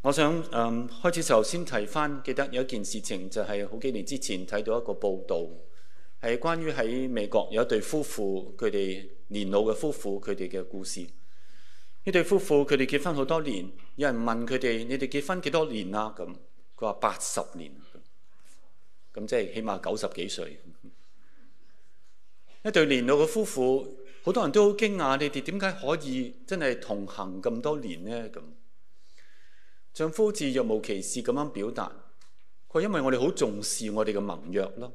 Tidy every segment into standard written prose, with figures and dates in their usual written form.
我想開始時候先提翻，記得有一件事情就係好幾年之前睇到一個報導，係關於喺美國有一對夫婦，佢哋年老嘅夫婦佢哋嘅故事。呢對夫婦佢哋結婚好多年，有人問佢哋：你哋結婚幾多年啊？咁佢話80年，咁即係起碼90幾歲。一對年老嘅夫婦，好多人都好驚訝，你哋點解可以真係同行咁多年呢？咁丈夫好似若無其事咁樣表達，佢話因為我哋好重視我哋嘅盟約咯。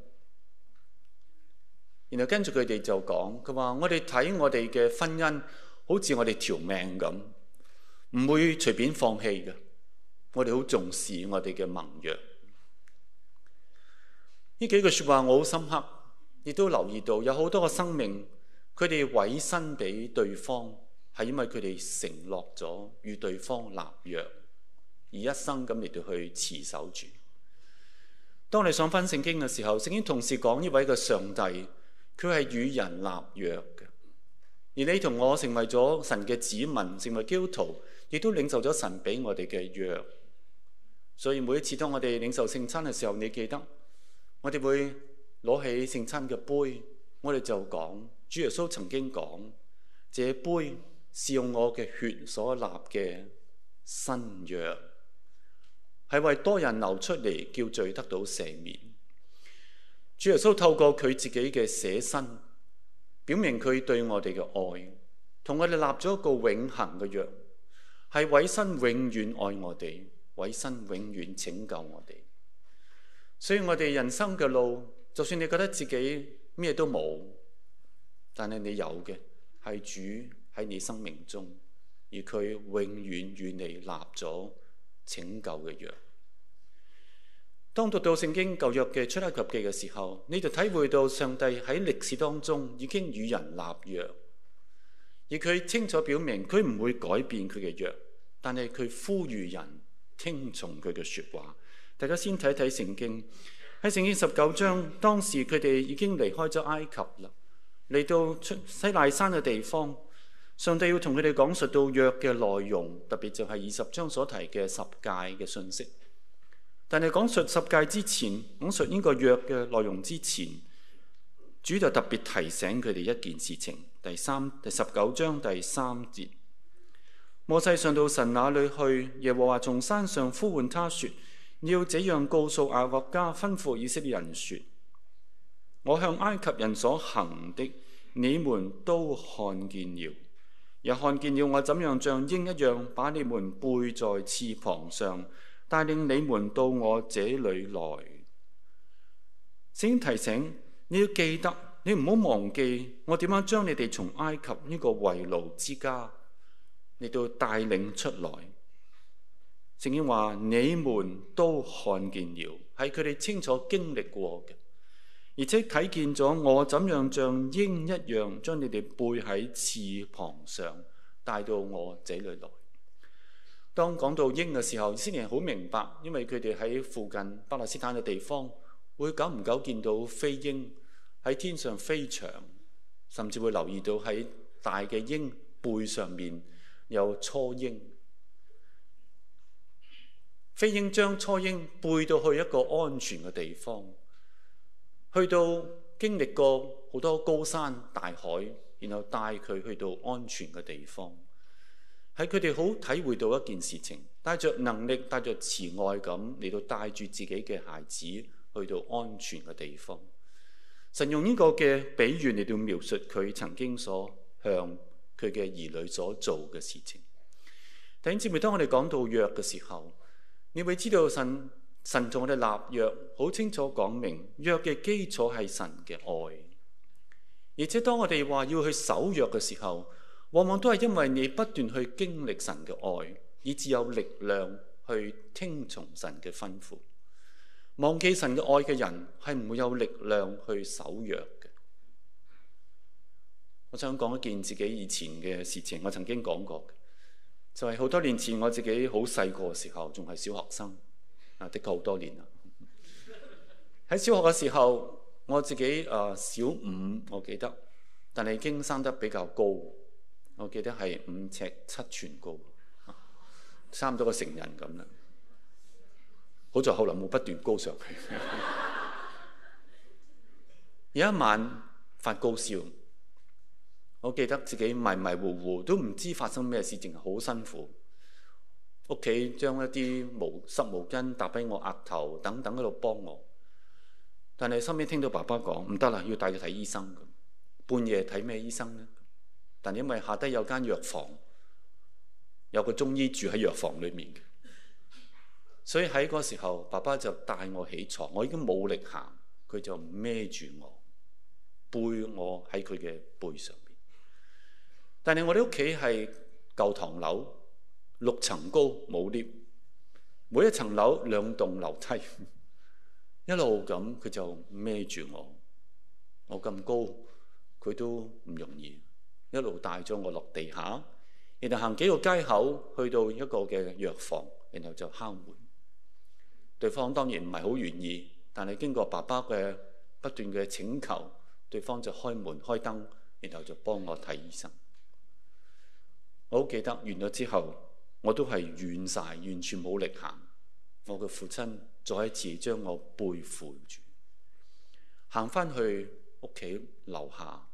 然後跟住佢哋就講，佢話我哋睇我哋嘅婚姻好似我哋條命咁，唔會隨便放棄嘅。我哋好重視我哋嘅盟約。呢幾句說話我好深刻，亦都留意到有好多個生命，佢哋委身俾對方，係因為佢哋承諾咗與對方立約，而一生咁嚟到去持守住。當你上翻聖經嘅時候，聖經同時講呢位嘅上帝，佢係與人立約嘅。而你同我成為咗神嘅子民，成為基督徒，亦都領受咗神俾我哋嘅約。所以每一次當我哋領受聖餐嘅時候，你記得我哋會攞起聖餐嘅杯，我哋就講主耶穌曾經講：這杯是用我嘅血所立嘅新約，係為多人流出嚟，叫罪得到赦免。主耶穌透過佢自己嘅捨身，表明佢對我哋嘅愛，同我哋立咗一個永恆嘅約，係委身永遠愛我哋，委身永遠拯救我哋。所以我哋人生嘅路，就算你覺得自己咩都冇，但係你有嘅係主喺你生命中，而佢永遠與你立咗拯救嘅約。當讀到聖經舊約嘅出埃及記嘅時候，你就體會到上帝喺歷史當中已經與人立約，而佢清楚表明佢唔會改變佢嘅約，但係佢呼籲人聽從佢嘅說話。大家先睇睇聖經，喺聖經19章，當時佢哋已經離開咗埃及啦，嚟到西奈山嘅地方，上帝要同佢哋講述到約嘅內容，特別就係20章所提嘅十誡嘅信息。但係講述十誡之前，講述呢個約嘅內容之前，主就特別提醒佢哋一件事情。第19章第3節，摩西上到神那裏去，耶和華從山上呼喚他說：你要這樣告訴雅各家，吩咐以色列人說：我向埃及人所行的，你們都看見了，也看見了我怎樣像鷹一樣把你們背在翅膀上，帶領你們到我這裏來。聖經提醒你要記得，你唔好忘記我點樣將你哋從埃及呢個為奴之家嚟到帶領出來。聖經話你們都看見了，係佢哋清楚經歷過嘅，而且睇見咗我怎樣像鷹一樣將你哋背喺翅膀上，帶到我這裏來。當講到鷹嘅時候，以色列人好明白，因為佢哋喺附近巴勒斯坦嘅地方，會久唔久見到飛鷹喺天上飛翔，甚至會留意到喺大嘅鷹背上面有雛鷹。飛鷹將雛鷹背到去一個安全嘅地方，去到經歷過好多高山大海，然後帶佢去到安全嘅地方。喺佢哋好體會到一件事情，帶着能力、帶着慈愛咁嚟到帶住自己嘅孩子去到安全嘅地方。神用呢個嘅比喻嚟到描述佢曾經所向佢嘅兒女所做嘅事情。弟兄姊妹，當我哋講到約嘅時候，你會知道神同我哋立約，好清楚講明約嘅基礎係神嘅愛。而且當我哋話要去守約嘅時候，往往都係因為你不斷去經歷神嘅愛，以致有力量去聽從神嘅吩咐。忘記神嘅愛嘅人係唔會有力量去守約嘅。我想講一件自己以前嘅事情，我曾經講過嘅，就係好多年前我自己好細個嘅時候，仲係小學生，的確好多年啦。喺小學嘅時候，我自己小5，我記得，但係已經生得比較高。我記得係5尺7寸高， 差唔多個成人咁啦。好在後來冇不斷高上去。有一晚發高燒，我記得自己迷迷糊糊，都唔知發生咩事，淨係好辛苦。屋企將一啲濕毛巾搭喺我額頭，等等喺度幫我。但係收尾聽到爸爸講唔得啦，要帶佢睇醫生。半夜睇咩醫生呢？但因為下低有間藥房，有個中醫住喺藥房裏面嘅，所以喺嗰時候，爸爸就帶我起床，我已經冇力行，佢就孭住我，背我喺佢嘅背上邊。但係我哋屋企係舊唐樓，6層高，冇 lift，每一層樓2棟樓梯，一路咁佢就孭住我。我咁高，佢都唔容易，一路帶咗我落地下，然後行幾個街口去到一個嘅藥房，然後就敲門。對方當然唔係好願意，但係經過爸爸嘅不斷嘅請求，對方就開門開燈，然後就幫我睇醫生。我好記得完咗之後，我都係軟晒，完全冇力行。我嘅父親再一次將我背負住，行翻去屋企樓下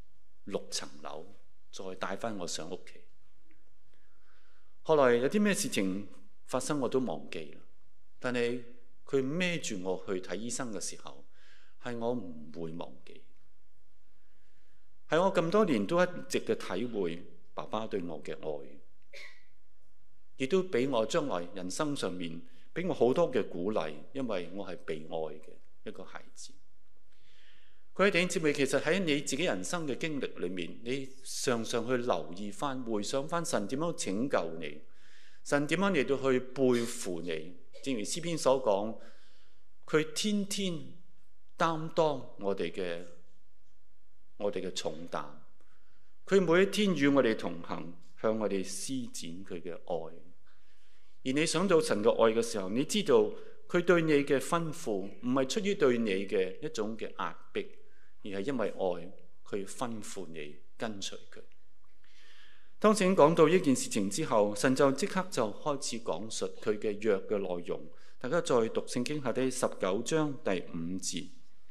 6層樓，再帶翻我上屋企。後來有啲咩事情發生我都忘記啦，但係佢孭住我去睇醫生嘅時候，係我唔會忘記，係我咁多年都一直嘅體會爸爸對我嘅愛，亦都俾我將來人生上面俾我好多嘅鼓勵，因為我係被愛嘅一個孩子。各位弟兄姊妹，其實喺你自己人生嘅經歷裏面，你常常去留意翻、回想翻神點樣拯救你，神點樣嚟到去背負你。正如詩篇所講，佢天天擔當我哋嘅重擔，佢每一天與我哋同行，向我哋施展佢嘅愛。而你想到神嘅愛嘅時候，你知道佢對你嘅吩咐唔係出於對你嘅一種嘅壓迫，而係因為愛，佢吩咐你跟隨佢。當聖經講到呢件事情之後，神就即刻就開始講述佢嘅約嘅內容。大家再讀聖經下底19章第5節，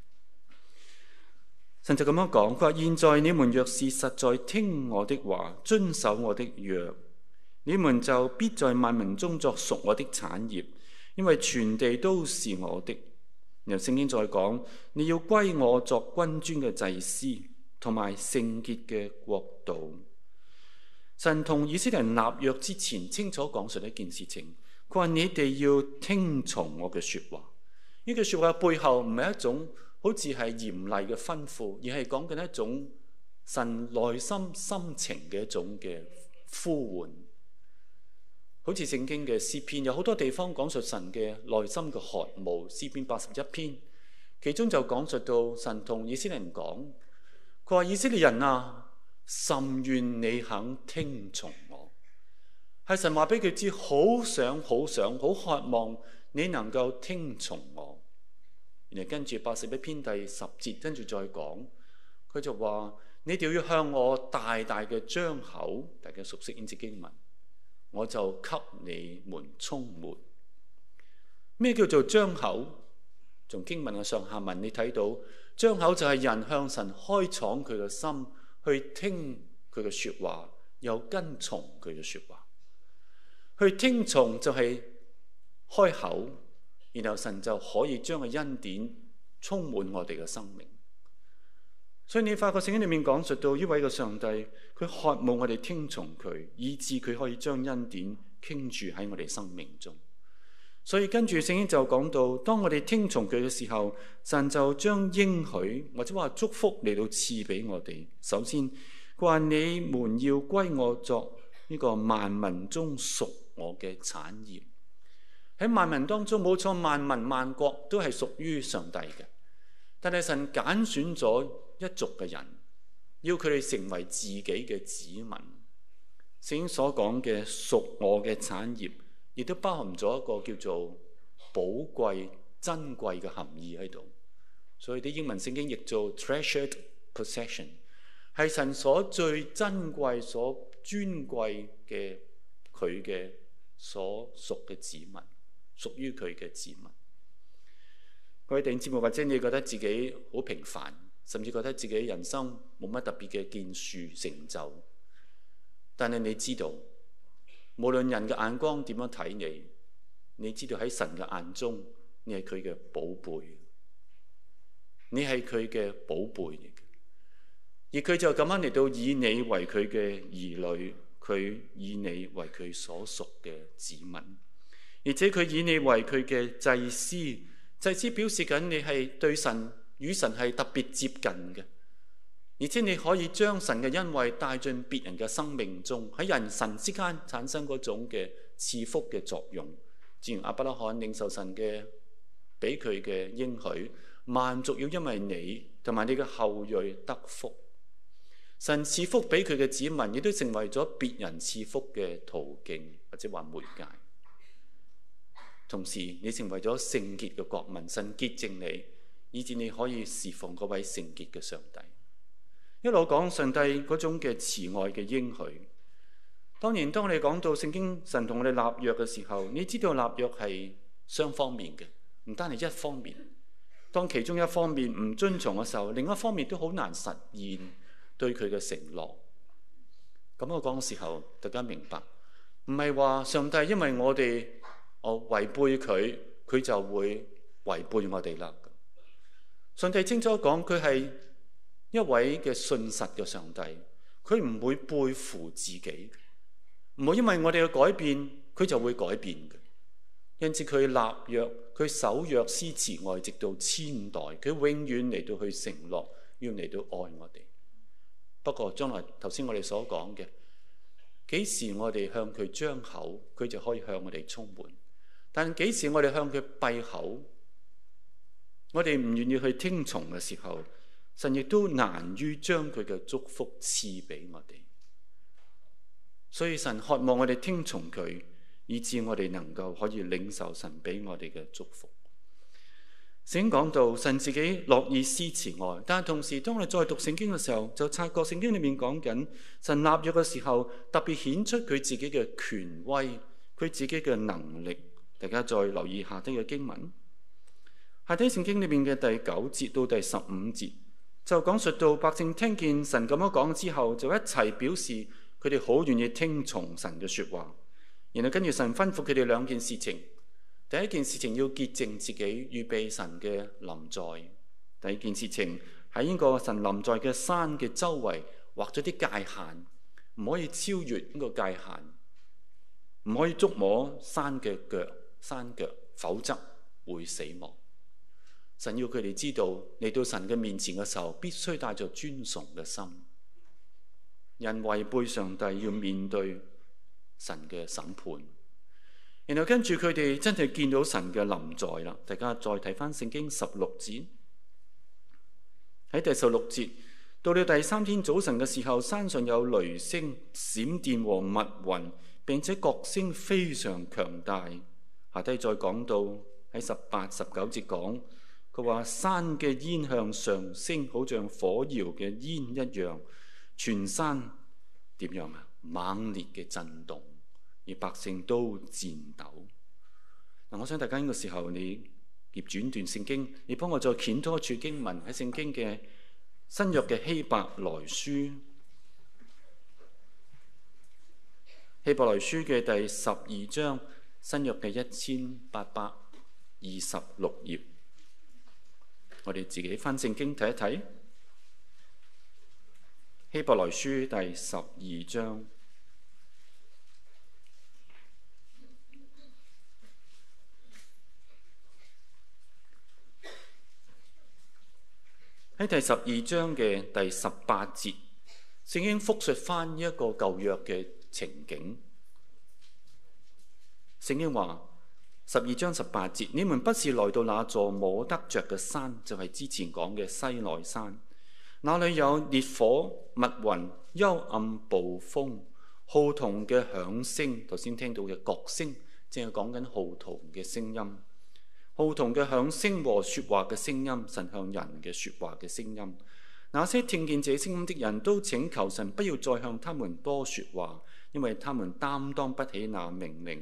神就咁樣講，佢話：現在你們若是實在聽我的話，遵守我的約，你們就必在萬民中作屬我的產業，因為全地都是我的。然後聖經再講，你要歸我作君尊嘅祭司，同埋聖潔嘅國度。神同以色列人立約之前，清楚講述一件事情，佢話你哋要聽從我嘅說話。呢句說話背後唔係一種好似係嚴厲嘅吩咐，而係講緊一種神內心心情嘅一種嘅呼喚。好似聖經嘅詩篇，有好多地方講述神嘅內心嘅渴慕。詩篇81篇，其中就講述到神同以色列人講，佢話：以色列人啊，甚願你肯聽從我。係神話俾佢知，好想好渴望你能夠聽從我。然後跟住81篇第10節，跟住再講，佢就話：你哋要向我大大嘅張口。大家熟悉呢節經文，我就給你們充滿。咩叫做張口？從經文嘅上下文你睇到，張口就係人向神開敞佢嘅心，去聽佢嘅說話，又跟從佢嘅說話。去聽從就係開口，然後神就可以將個恩典充滿我哋嘅生命。所以你發覺聖經裏面講述到呢位嘅上帝，佢渴望我哋聽從佢，以致佢可以將恩典傾注喺我哋生命中。所以跟住聖經就講到，當我哋聽從佢嘅時候，神就將應許或者話祝福嚟到賜俾我哋。首先佢話：你們要歸我作呢個萬民中屬我嘅產業。喺萬民當中，冇錯，萬民萬國都係屬於上帝嘅，但係神揀選咗一族嘅人，要佢哋成為自己嘅子民。聖經所講嘅屬我嘅產業，亦都包含咗一個叫做寶貴珍貴嘅含義喺度。所以啲英文聖經譯做 treasured possession， 係神所最珍貴、所尊貴嘅佢嘅所屬嘅子民，屬於佢嘅子民。各位弟兄姊妹，或者你覺得自己好平凡，甚至覺得自己人生冇乜特別嘅建樹成就，但係你知道，無論人嘅眼光點樣睇你，你知道喺神嘅眼中，你係佢嘅寶貝，你係佢嘅寶貝嚟嘅。而佢就咁樣嚟到以你為佢嘅兒女，佢以你為佢所屬嘅子民，而且佢以你為佢嘅祭司。祭司表示緊你係對神與神係特別接近嘅，而且你可以將神嘅恩惠帶進別人嘅生命中，喺人神之間產生嗰種嘅賜福嘅作用。正如亞伯拉罕領受神嘅俾佢嘅應許，萬族要因為你同埋你嘅後裔得福。神賜福俾佢嘅子民，亦都成為咗別人賜福嘅途徑，或者話媒介。同時你成為咗聖潔嘅國民，神潔淨你，以致你可以侍奉嗰位聖潔嘅上帝。一路講上帝嗰種嘅慈愛嘅應許。當然當我哋講到聖經神同我哋立約嘅時候，你知道立約係雙方面嘅，唔單係一方面。當其中一方面唔遵從嘅時候，另一方面都好難實現對佢嘅承諾。咁我講嘅時候，大家明白，唔係話上帝因為我哋違背佢，佢就會違背我哋啦。上帝清楚講，佢係一位嘅信實嘅上帝，佢唔會背負自己，唔會因為我哋嘅改變，佢就會改變嘅。因此佢立約，佢守約施慈愛，直到千代，佢永遠嚟到去承諾，要嚟到愛我哋。不過將來頭先我哋所講嘅，幾時我哋向佢張口，佢就可以向我哋充滿。但幾時我哋向佢閉口，我哋唔願意去聽從嘅時候，神亦都難於將佢嘅祝福賜俾我哋。所以神渴望我哋聽從佢，以致我哋能夠可以領受神俾我哋嘅祝福。聖經講到神自己樂意施慈愛，但係同時當我哋再讀聖經嘅時候，就察覺聖經裏面講緊神立約嘅時候，特別顯出佢自己嘅權威，佢自己嘅能力。大家再留意下低嘅經文，下低聖經裏面嘅第9節到第15節，就講述到百姓聽見神咁樣講之後，就一齊表示佢哋好願意聽從神嘅說話。然後跟住神吩咐佢哋兩件事情，第一件事情要潔淨自己，預備神嘅臨在；第二件事情喺呢個神臨在嘅山嘅周圍畫咗啲界限，唔可以超越呢個界限，唔可以觸摸山嘅山腳，否則會死亡。神要佢哋知道，嚟到神嘅面前嘅時候，必須帶着尊崇嘅心。人違背上帝，要面對神嘅審判。然後跟住佢哋真係見到神嘅臨在啦。大家再睇翻聖經16節，喺第16節，到了第3天早晨嘅時候，山上有雷聲、閃電和密雲，並且角聲非常強大。下低再講到喺18、19節講，佢話山嘅煙向上升，好像火窯嘅煙一樣，全山點樣啊？猛烈嘅震動，而百姓都顫抖。我想大家呢個時候你頁轉段聖經，你幫我再掀多一處經文喺聖經嘅新約嘅希伯來書，希伯來書嘅第12章。新約嘅1826頁，我哋自己翻聖經睇一睇。希伯來書第12章，喺第12章嘅第18節，聖經復述翻一個舊約嘅情景。聖經話12章18節，你們不是來到那座摸得着嘅山，就係之前講嘅西奈山，那裏有烈火、密雲、幽暗、暴風、號筒嘅響聲。頭先聽到嘅角聲，正係講緊號筒嘅聲音。號筒嘅響聲和說話嘅聲音，神向人嘅說話嘅聲音。那些聽見這聲音的人都請求神不要再向他們多說話，因為他們擔當不起那命令。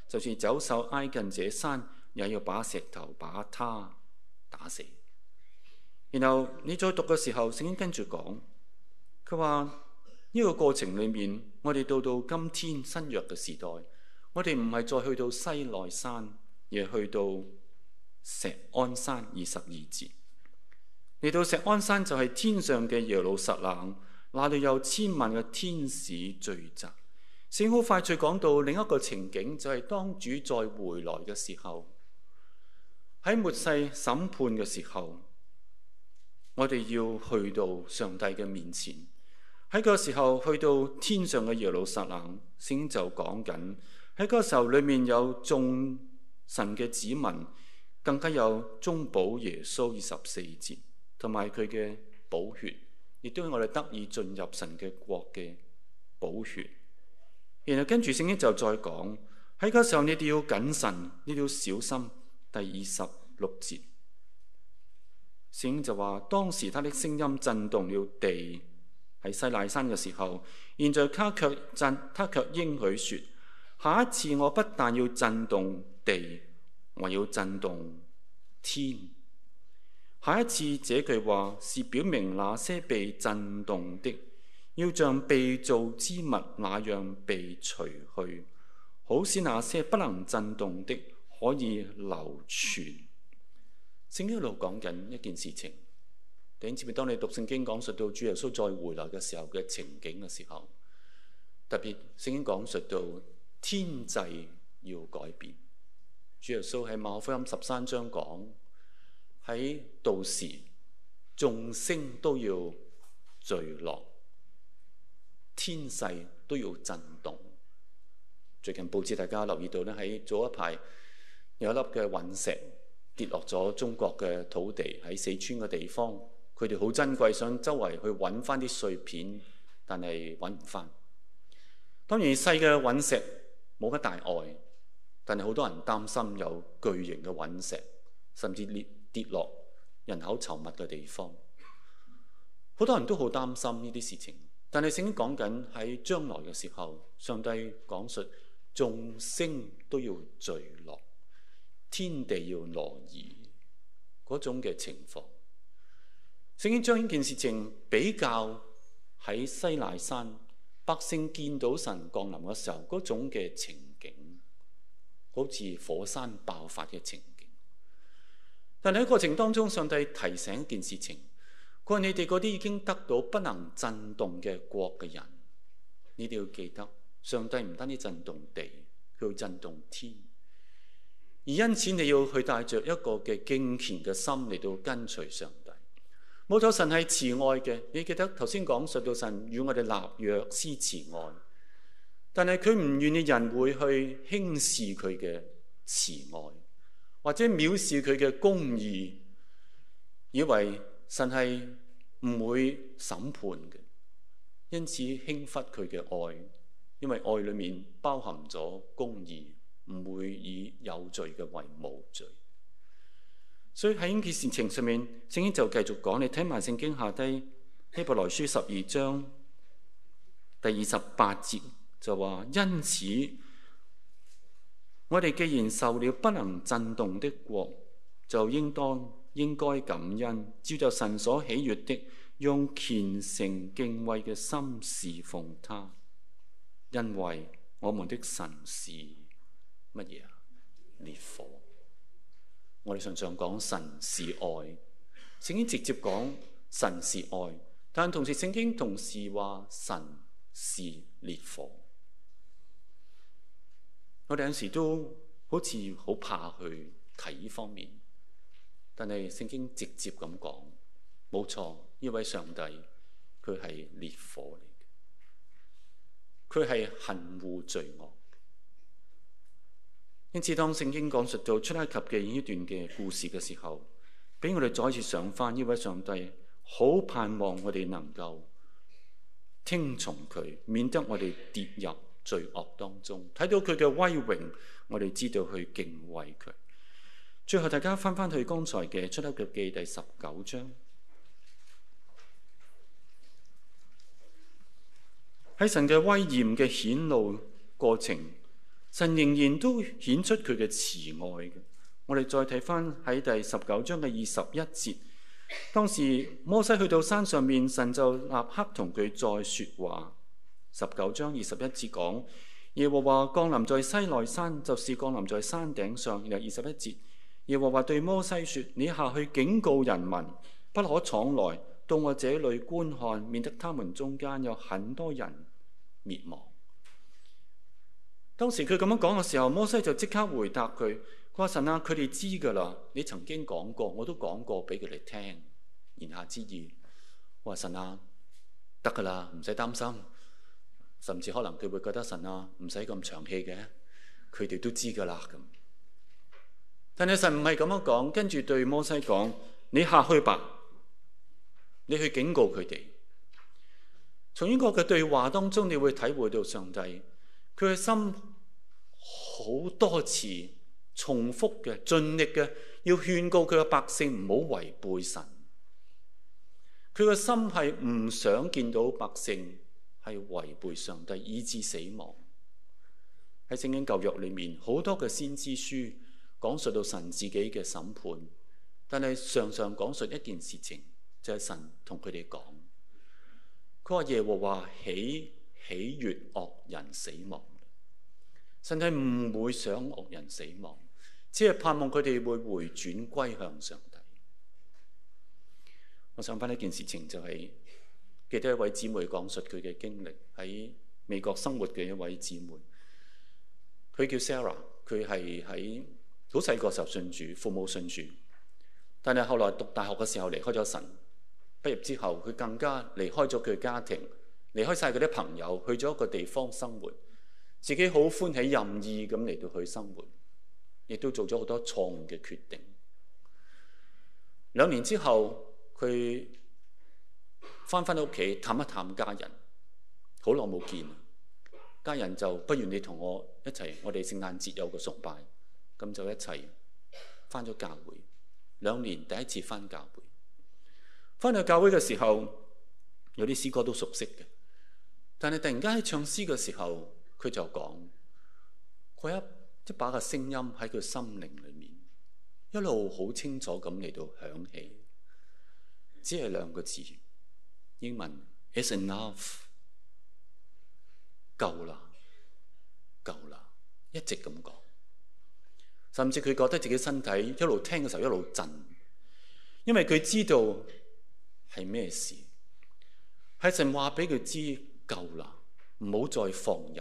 就是走手挨近這山，也要把石頭把他打死。然後你再讀嘅時候，聖經跟住講，佢話呢個過程裏面，我哋到今天新約嘅時代，我哋唔係再去到西奈山，而係去到錫安山。22節嚟到錫安山就係天上嘅耶路撒冷，那裏有千萬嘅天使聚集。聖經好快脆講到另一個情景，就係當主再回來嘅時候，喺末世審判嘅時候，我哋要去到上帝嘅面前。喺個時候去到天上嘅耶路撒冷，聖經就講緊喺個時候裏面有眾神嘅子民，更加有中保耶穌24節，同埋佢嘅寶血，亦都係我哋得以進入神嘅國嘅寶血。然後跟住聖經就再講喺個時候，你哋要謹慎，你哋要小心。第26節，聖經就話當時他的聲音震動了地，喺西奈山嘅時候，現在他卻應許說，下一次我不但要震動地，還要震動天。下一次這句話是表明那些被震動的，要像被造之物那樣被除去，好使那些不能震動的可以流傳。聖經一路講緊一件事情，弟兄姊妹，當你讀聖經講述到主耶穌再回來嘅時候嘅情景嘅時候，特別聖經講述到天際要改變。主耶穌喺馬可福音13章講，喺到時眾星都要墜落，天勢都要震動。最近報紙大家留意到咧，喺早一排有一粒嘅隕石跌落咗中國嘅土地，喺四川嘅地方，佢哋好珍貴，想周圍去揾翻啲碎片，但係揾唔翻。當然細嘅隕石冇乜大礙，但係好多人擔心有巨型嘅隕石，甚至跌落人口稠密嘅地方。好多人都好擔心呢啲事情，但係聖經講緊喺將來嘅時候，上帝講述眾星都要墜落，天地要挪移嗰種嘅情況。聖經將呢件事情比較喺西奈山，百姓見到神降臨嘅時候嗰種嘅情景，好似火山爆發嘅情景。但係喺過程當中，上帝提醒一件事情，佢話你哋嗰啲已經得到不能震動嘅國嘅人，你哋要記得，上帝唔單止震動地，佢要震動天。而因此你要去帶着一個嘅敬虔嘅心嚟到跟隨上帝。冇錯，神係慈愛嘅，你記得頭先講述到神與我哋立約施慈愛，但係佢唔願意人會去輕視佢嘅慈愛，或者藐視佢嘅公義，以為神係唔會審判嘅，因此輕忽佢嘅愛，因為愛裏面包含咗公義，唔會以有罪嘅為無罪。所以喺呢件事情上面，聖經就繼續講，你睇埋聖經下低希伯來書12章第28節就話，因此我哋既然受了不能震動的國，就應該感恩，照着神所喜悅的，用虔誠敬畏嘅心侍奉他，因為我們的神是乜嘢啊？烈火。我哋常常講神是愛，聖經直接講神是愛，但同時聖經同時話神是烈火。我哋有時都好似好怕去提呢方面，但係聖經直接咁講，冇錯，呢位上帝佢係烈火嚟嘅，佢係恨惡罪惡。因此當聖經講述到出埃及嘅呢段嘅故事嘅時候，俾我哋再一次想翻呢位上帝，好盼望我哋能夠聽從佢，免得我哋跌入罪惡當中。睇到佢嘅威榮，我哋知道去敬畏佢。最後大家翻去剛才嘅出埃及記第19章，喺神嘅威嚴嘅顯露過程， 神仍然都顯出佢嘅慈愛嘅。我哋再睇翻喺第19章嘅21節，當時摩西去到山上面，神就立刻同佢再說話。19章21節講，耶和華降臨在西奈山，就是降臨在山頂上。然後21節，耶和華對摩西說：你下去警告人民，不可闖來到我這裏觀看，免得他們中間有很多人滅亡。當時佢咁樣講嘅時候，摩西就即刻回答佢：佢話神啊，佢哋知㗎啦，你曾經講過，我都講過俾佢哋聽。言下之意，我話神啊，得㗎啦，唔使擔心。甚至可能佢會覺得神啊，唔使咁長氣嘅，佢哋都知㗎啦咁。但係神唔係咁樣講，跟住對摩西講：你下去吧，你去警告佢哋。從呢個嘅對話當中，你會體會到上帝佢嘅心好多次重複嘅、盡力嘅，要勸告佢嘅百姓唔好違背神。佢嘅心係唔想見到百姓係違背上帝以致死亡。喺聖經舊約裏面，好多嘅先知書講述到神自己嘅審判，但係常常講述一件事情，就係神同佢哋講，佢話耶和華喜悅惡人死亡。神係唔會想惡人死亡，只係盼望佢哋會回轉歸向上帝。我想翻一件事情，就係記得一位姊妹講述佢嘅經歷，喺美國生活嘅一位姊妹，佢叫 Sarah， 佢係喺好細個時候信主，父母信主，但係後來讀大學嘅時候離開咗神，畢業之後佢更加離開咗佢嘅家庭，離開晒佢啲朋友，去咗一個地方生活，自己好歡喜任意咁嚟到去生活，亦都做咗好多錯誤嘅決定。2年之後，佢翻到屋企探一探家人，好耐冇見，家人就不如你同我一齊，我哋聖誕節有個崇拜，咁就一齊翻咗教會。2年第一次翻教會，翻到教會嘅時候，有啲詩歌都熟悉嘅，但係突然間喺唱詩嘅時候，佢就講，佢一把嘅聲音喺佢心靈裏面一路好清楚咁嚟到響起，只係2個字，英文 It's enough， 夠啦，夠啦，一直咁講。甚至佢覺得自己身體一路聽嘅時候一路震，因為佢知道係咩事，係神話俾佢知夠啦，唔好再放任。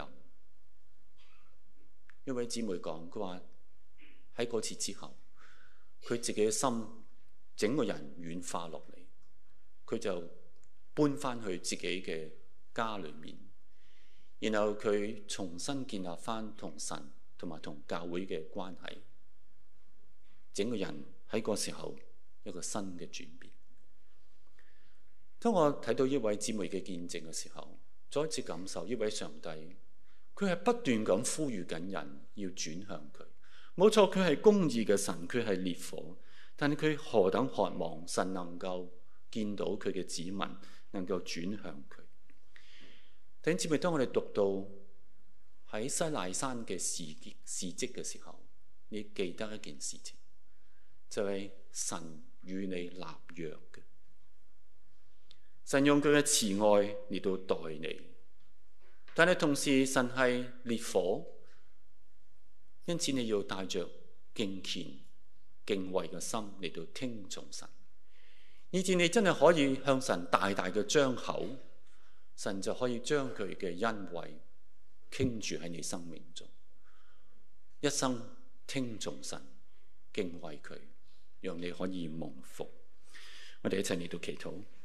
一位姊妹講，佢話喺嗰次之後，佢自己嘅心整個人軟化落嚟，佢就搬翻去自己嘅家裏面，然後佢重新建立翻同神同埋同教會嘅關係，整個人喺嗰時候一個新嘅轉變。當我睇到呢位姊妹嘅見證嘅時候，再一次感受呢位上帝，佢係不斷咁呼籲緊人要轉向佢。冇錯，佢係公義嘅神，佢係烈火，但係佢何等渴望神能夠見到佢嘅子民能夠轉向佢。弟兄姊妹，當我哋讀到喺西奈山嘅事蹟嘅時候，你記得一件事情，就係神與你立約嘅，神用佢嘅慈愛嚟到待你，但係同時神係烈火，因此你要帶着敬虔敬畏嘅心嚟到聽從神，以至你真係可以向神大大嘅張口，神就可以將佢嘅恩惠傾注喺你生命中，一生聽從神敬畏佢，讓你可以蒙福。我哋一齊嚟到祈禱。